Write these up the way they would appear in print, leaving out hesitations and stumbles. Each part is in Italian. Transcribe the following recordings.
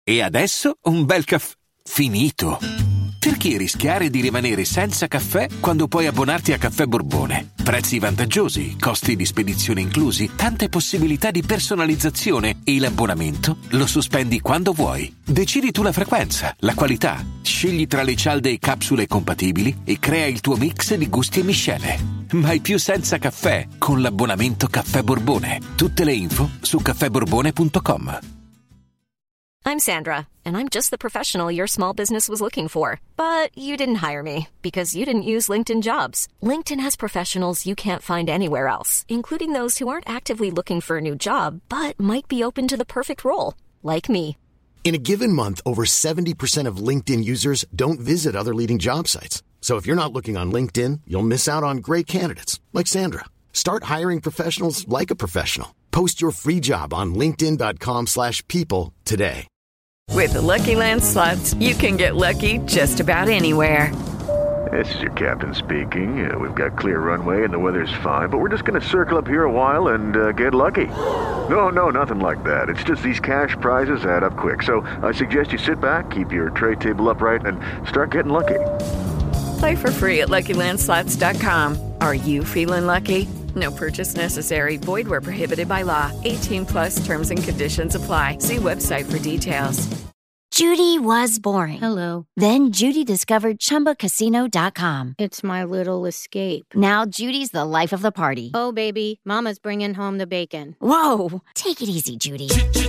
E adesso un bel caffè finito. Perché rischiare di rimanere senza caffè quando puoi abbonarti a Caffè Borbone? Prezzi vantaggiosi, costi di spedizione inclusi, tante possibilità di personalizzazione e l'abbonamento lo sospendi quando vuoi. Decidi tu la frequenza, la qualità, scegli tra le cialde e capsule compatibili e crea il tuo mix di gusti e miscele. Mai più senza caffè con l'abbonamento Caffè Borbone. Tutte le info su caffèborbone.com. I'm Sandra, and I'm just the professional your small business was looking for. But you didn't hire me because you didn't use LinkedIn Jobs. LinkedIn has professionals you can't find anywhere else, including those who aren't actively looking for a new job, but might be open to the perfect role, like me. In a given month, over 70% of LinkedIn users don't visit other leading job sites. So if you're not looking on LinkedIn, you'll miss out on great candidates like Sandra. Start hiring professionals like a professional. Post your free job on linkedin.com/people today. With the Lucky Land Slots, you can get lucky just about anywhere. This is your captain speaking. We've got clear runway and the weather's fine, but we're just going to circle up here a while and get lucky. No, nothing like that. It's just these cash prizes add up quick. So I suggest you sit back, keep your tray table upright, and start getting lucky. Play for free at LuckyLandSlots.com. Are you feeling lucky? No purchase necessary. Void where prohibited by law. 18+ terms and conditions apply. See website for details. Judy was boring. Hello. Then Judy discovered ChumbaCasino.com. It's my little escape. Now Judy's the life of the party. Oh, baby, mama's bringing home the bacon. Whoa, take it easy, Judy.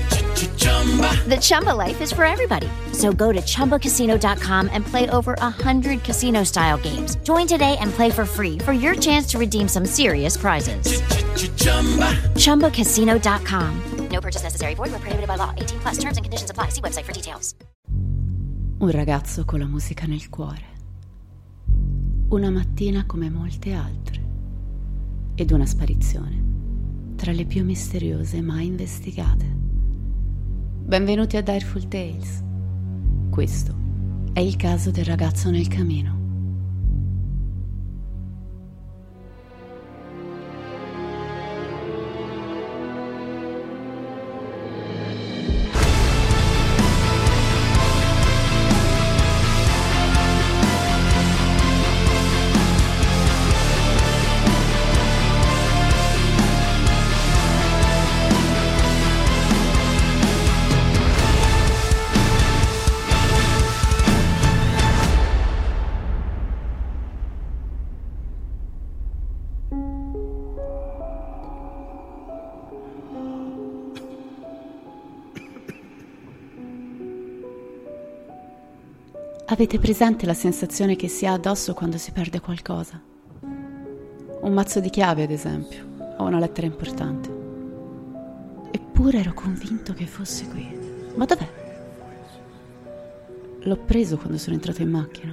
The Chumba life is for everybody. So go to ChumbaCasino.com and play over 100 casino-style games. Join today and play for free for your chance to redeem some serious prizes. ChumbaCasino.com. No purchase necessary. Void where prohibited by law. 18+ terms and conditions apply. See website for details. Un ragazzo con la musica nel cuore. Una mattina come molte altre. Ed una sparizione tra le più misteriose mai investigate. Benvenuti a Direful Tales. Questo è il caso del ragazzo nel camino. Avete presente la sensazione che si ha addosso quando si perde qualcosa? Un mazzo di chiavi, ad esempio, o una lettera importante. Eppure ero convinto che fosse qui. Ma dov'è? L'ho preso quando sono entrato in macchina.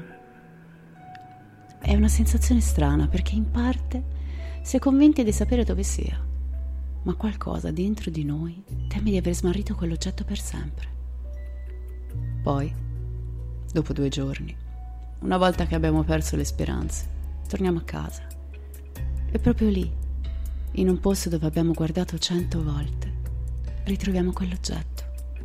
È una sensazione strana, perché in parte si è convinti di sapere dove sia, ma qualcosa dentro di noi teme di aver smarrito quell'oggetto per sempre. Poi, dopo 2 giorni, una volta che abbiamo perso le speranze, torniamo a casa. E proprio lì, in un posto dove abbiamo guardato 100 volte, ritroviamo quell'oggetto.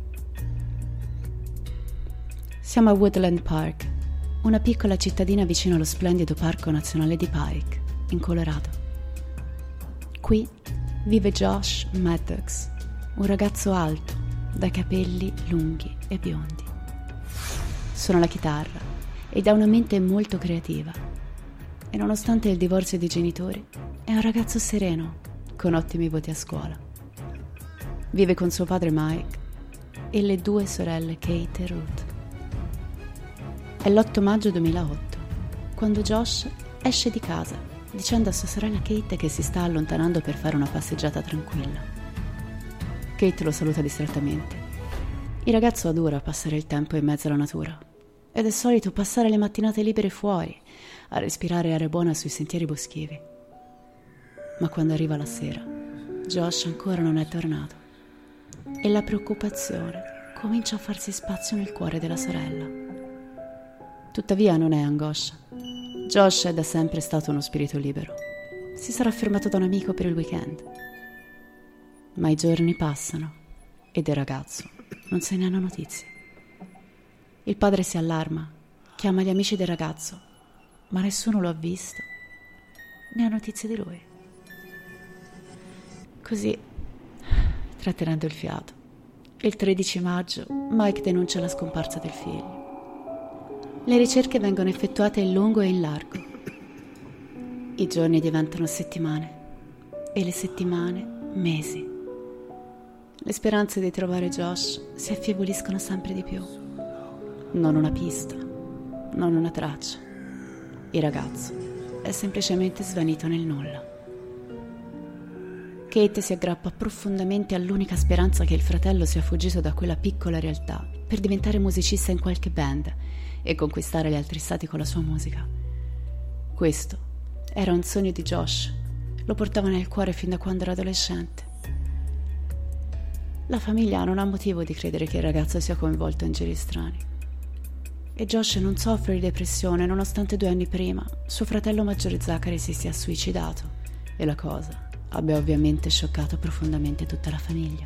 Siamo a Woodland Park, una piccola cittadina vicino allo splendido Parco Nazionale di Pike, in Colorado. Qui vive Josh Maddox, un ragazzo alto, dai capelli lunghi e biondi. Suona la chitarra ed ha una mente molto creativa. E nonostante il divorzio dei genitori, è un ragazzo sereno, con ottimi voti a scuola. Vive con suo padre Mike e le 2 sorelle Kate e Ruth. È l'8 maggio 2008, quando Josh esce di casa, dicendo a sua sorella Kate che si sta allontanando per fare una passeggiata tranquilla. Kate lo saluta distrattamente. Il ragazzo adora passare il tempo in mezzo alla natura ed è solito passare le mattinate libere fuori a respirare aria buona sui sentieri boschivi. Ma quando arriva la sera, Josh ancora non è tornato e la preoccupazione comincia a farsi spazio nel cuore della sorella. Tuttavia non è angoscia. Josh è da sempre stato uno spirito libero. Si sarà fermato da un amico per il weekend. Ma i giorni passano e del ragazzo non se ne hanno notizie. Il padre si allarma, chiama gli amici del ragazzo, ma nessuno lo ha visto, né ha notizie di lui. Così, trattenendo il fiato, il 13 maggio Mike denuncia la scomparsa del figlio. Le ricerche vengono effettuate in lungo e in largo. I giorni diventano settimane e le settimane mesi. Le speranze di trovare Josh si affievoliscono sempre di più. Non una pista, non una traccia. Il ragazzo è semplicemente svanito nel nulla. Kate si aggrappa profondamente all'unica speranza che il fratello sia fuggito da quella piccola realtà per diventare musicista in qualche band e conquistare gli altri stati con la sua musica. Questo era un sogno di Josh, lo portava nel cuore fin da quando era adolescente. La famiglia non ha motivo di credere che il ragazzo sia coinvolto in giri strani. E Josh non soffre di depressione nonostante 2 anni prima suo fratello maggiore Zachary si sia suicidato e la cosa abbia ovviamente scioccato profondamente tutta la famiglia.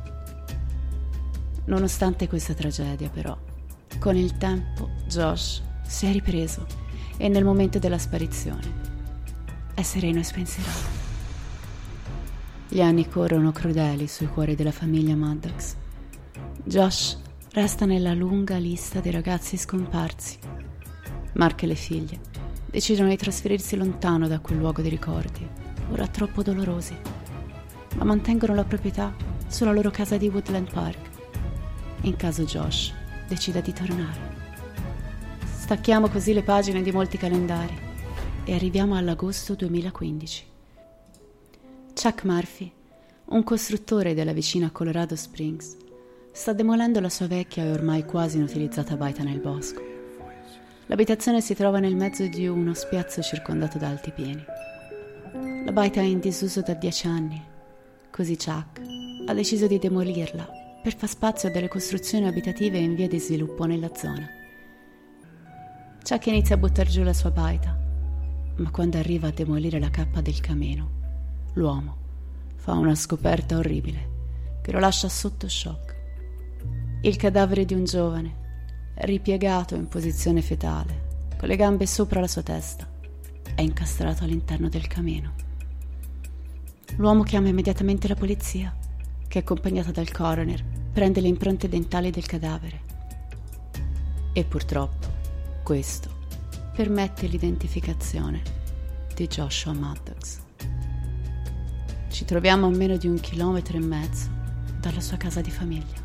Nonostante questa tragedia, però, con il tempo Josh si è ripreso e nel momento della sparizione è sereno e spensierato. Gli anni corrono crudeli sui cuori della famiglia Maddox. Josh resta nella lunga lista dei ragazzi scomparsi. Mark e le figlie decidono di trasferirsi lontano da quel luogo di ricordi, ora troppo dolorosi, ma mantengono la proprietà sulla loro casa di Woodland Park, in caso Josh decida di tornare. Stacchiamo così le pagine di molti calendari e arriviamo all'agosto 2015. Chuck Murphy, un costruttore della vicina Colorado Springs, sta demolendo la sua vecchia e ormai quasi inutilizzata baita nel bosco. L'abitazione si trova nel mezzo di uno spiazzo circondato da alti pieni. La baita è in disuso da 10 anni, così Chuck ha deciso di demolirla per far spazio a delle costruzioni abitative in via di sviluppo nella zona. Chuck inizia a buttar giù la sua baita, ma quando arriva a demolire la cappa del camino, l'uomo fa una scoperta orribile che lo lascia sotto shock. Il cadavere di un giovane, ripiegato in posizione fetale, con le gambe sopra la sua testa, è incastrato all'interno del camino. L'uomo chiama immediatamente la polizia, che accompagnata dal coroner prende le impronte dentali del cadavere. E purtroppo questo permette l'identificazione di Joshua Maddox. Ci troviamo a meno di 1,5 chilometri dalla sua casa di famiglia.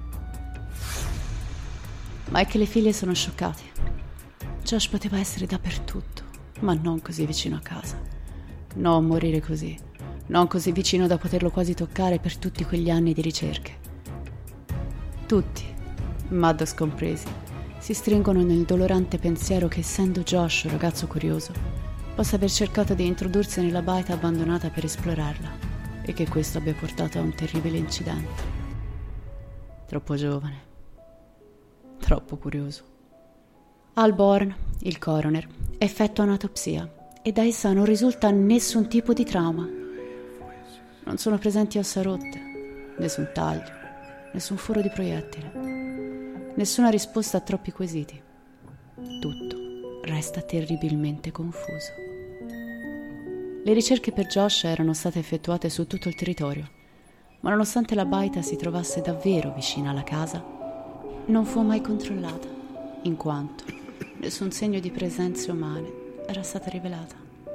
Mike e le figlie sono scioccati. Josh poteva essere dappertutto, ma non così vicino a casa. Non morire così, non così vicino da poterlo quasi toccare per tutti quegli anni di ricerche. Tutti, Maddox compresi, si stringono nel dolorante pensiero che, essendo Josh un ragazzo curioso, possa aver cercato di introdursi nella baita abbandonata per esplorarla e che questo abbia portato a un terribile incidente. Troppo giovane, troppo curioso. Al Bourne, il coroner effettua un'autopsia e da essa non risulta nessun tipo di trauma. Non sono presenti ossa rotte, nessun taglio, nessun foro di proiettile, nessuna risposta a troppi quesiti. Tutto resta terribilmente confuso. Le ricerche per Josh erano state effettuate su tutto il territorio, ma nonostante la baita si trovasse davvero vicina alla casa, non fu mai controllata, in quanto nessun segno di presenze umane era stata rivelata.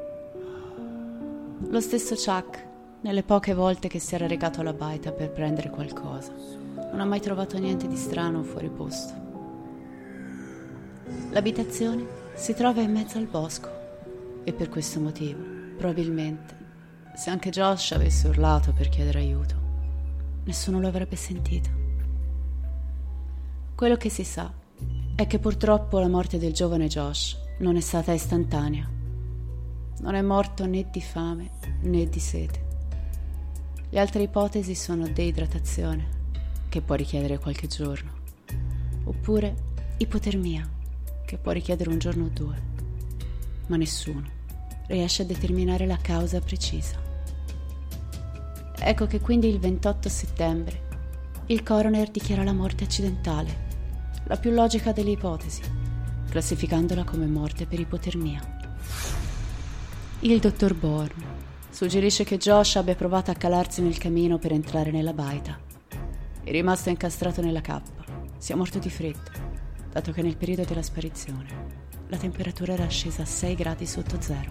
Lo stesso Chuck, nelle poche volte che si era recato alla baita per prendere qualcosa, non ha mai trovato niente di strano o fuori posto. L'abitazione si trova in mezzo al bosco e per questo motivo, probabilmente, se anche Josh avesse urlato per chiedere aiuto, nessuno lo avrebbe sentito. Quello che si sa è che purtroppo la morte del giovane Josh non è stata istantanea. Non è morto né di fame né di sete. Le altre ipotesi sono deidratazione, che può richiedere qualche giorno, oppure ipotermia, che può richiedere 1 giorno o 2, ma nessuno riesce a determinare la causa precisa. Ecco che quindi il 28 settembre il coroner dichiara la morte accidentale, la più logica delle ipotesi, classificandola come morte per ipotermia. Il dottor Bourne suggerisce che Josh abbia provato a calarsi nel camino per entrare nella baita. È rimasto incastrato nella cappa. Sia morto di freddo, dato che nel periodo della sparizione la temperatura era scesa a 6 gradi sotto zero.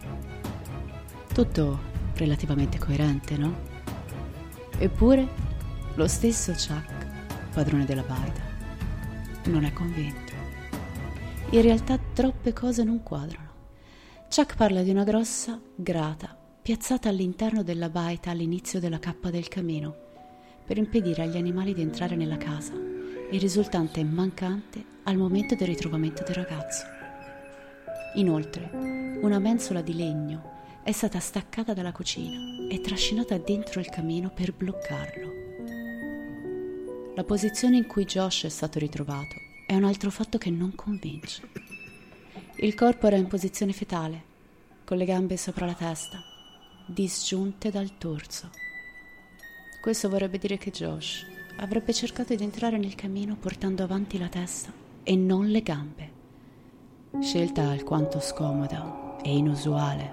Tutto relativamente coerente, no? Eppure, lo stesso Chuck, padrone della baita, non è convinto. In realtà troppe cose non quadrano. Chuck parla di una grossa grata piazzata all'interno della baita all'inizio della cappa del camino per impedire agli animali di entrare nella casa, il risultante mancante al momento del ritrovamento del ragazzo. Inoltre, una mensola di legno è stata staccata dalla cucina e trascinata dentro il camino per bloccarlo. La posizione in cui Josh è stato ritrovato è un altro fatto che non convince. Il corpo era in posizione fetale, con le gambe sopra la testa, disgiunte dal torso. Questo vorrebbe dire che Josh avrebbe cercato di entrare nel camino portando avanti la testa e non le gambe. Scelta alquanto scomoda e inusuale.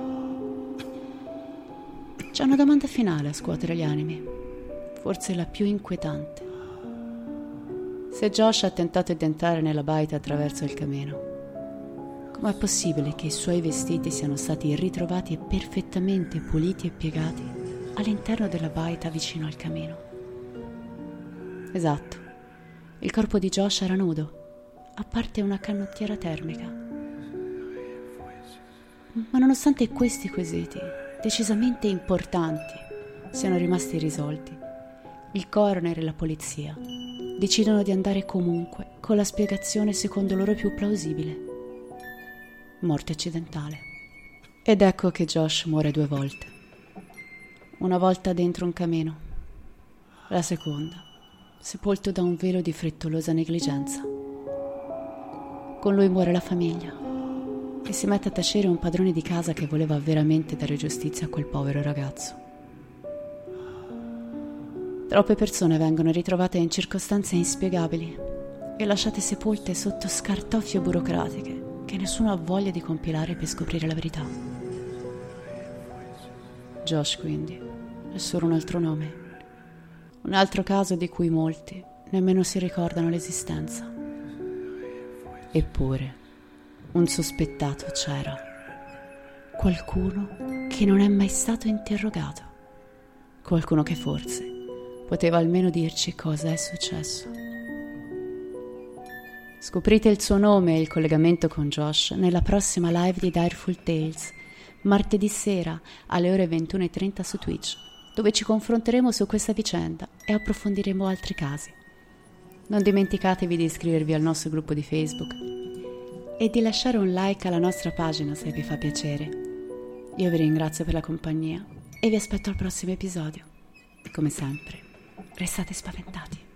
C'è una domanda finale a scuotere gli animi, forse la più inquietante. Se Josh ha tentato di entrare nella baita attraverso il camino, com'è possibile che i suoi vestiti siano stati ritrovati perfettamente puliti e piegati all'interno della baita vicino al camino? Esatto, il corpo di Josh era nudo, a parte una canottiera termica. Ma nonostante questi quesiti, decisamente importanti, siano rimasti irrisolti, il coroner e la polizia decidono di andare comunque con la spiegazione secondo loro più plausibile: morte accidentale. Ed ecco che Josh muore 2 volte. Una volta dentro un camino, la seconda sepolto da un velo di frettolosa negligenza. Con lui muore la famiglia e si mette a tacere un padrone di casa che voleva veramente dare giustizia a quel povero ragazzo. Troppe persone vengono ritrovate in circostanze inspiegabili e lasciate sepolte sotto scartoffie burocratiche che nessuno ha voglia di compilare per scoprire la verità. Josh, quindi, è solo un altro nome, un altro caso di cui molti nemmeno si ricordano l'esistenza. Eppure, un sospettato c'era, qualcuno che non è mai stato interrogato, qualcuno che forse poteva almeno dirci cosa è successo. Scoprite il suo nome e il collegamento con Josh nella prossima live di Direful Tales, martedì sera alle ore 21:30 su Twitch, dove ci confronteremo su questa vicenda e approfondiremo altri casi. Non dimenticatevi di iscrivervi al nostro gruppo di Facebook e di lasciare un like alla nostra pagina se vi fa piacere. Io vi ringrazio per la compagnia e vi aspetto al prossimo episodio. Come sempre, restate spaventati.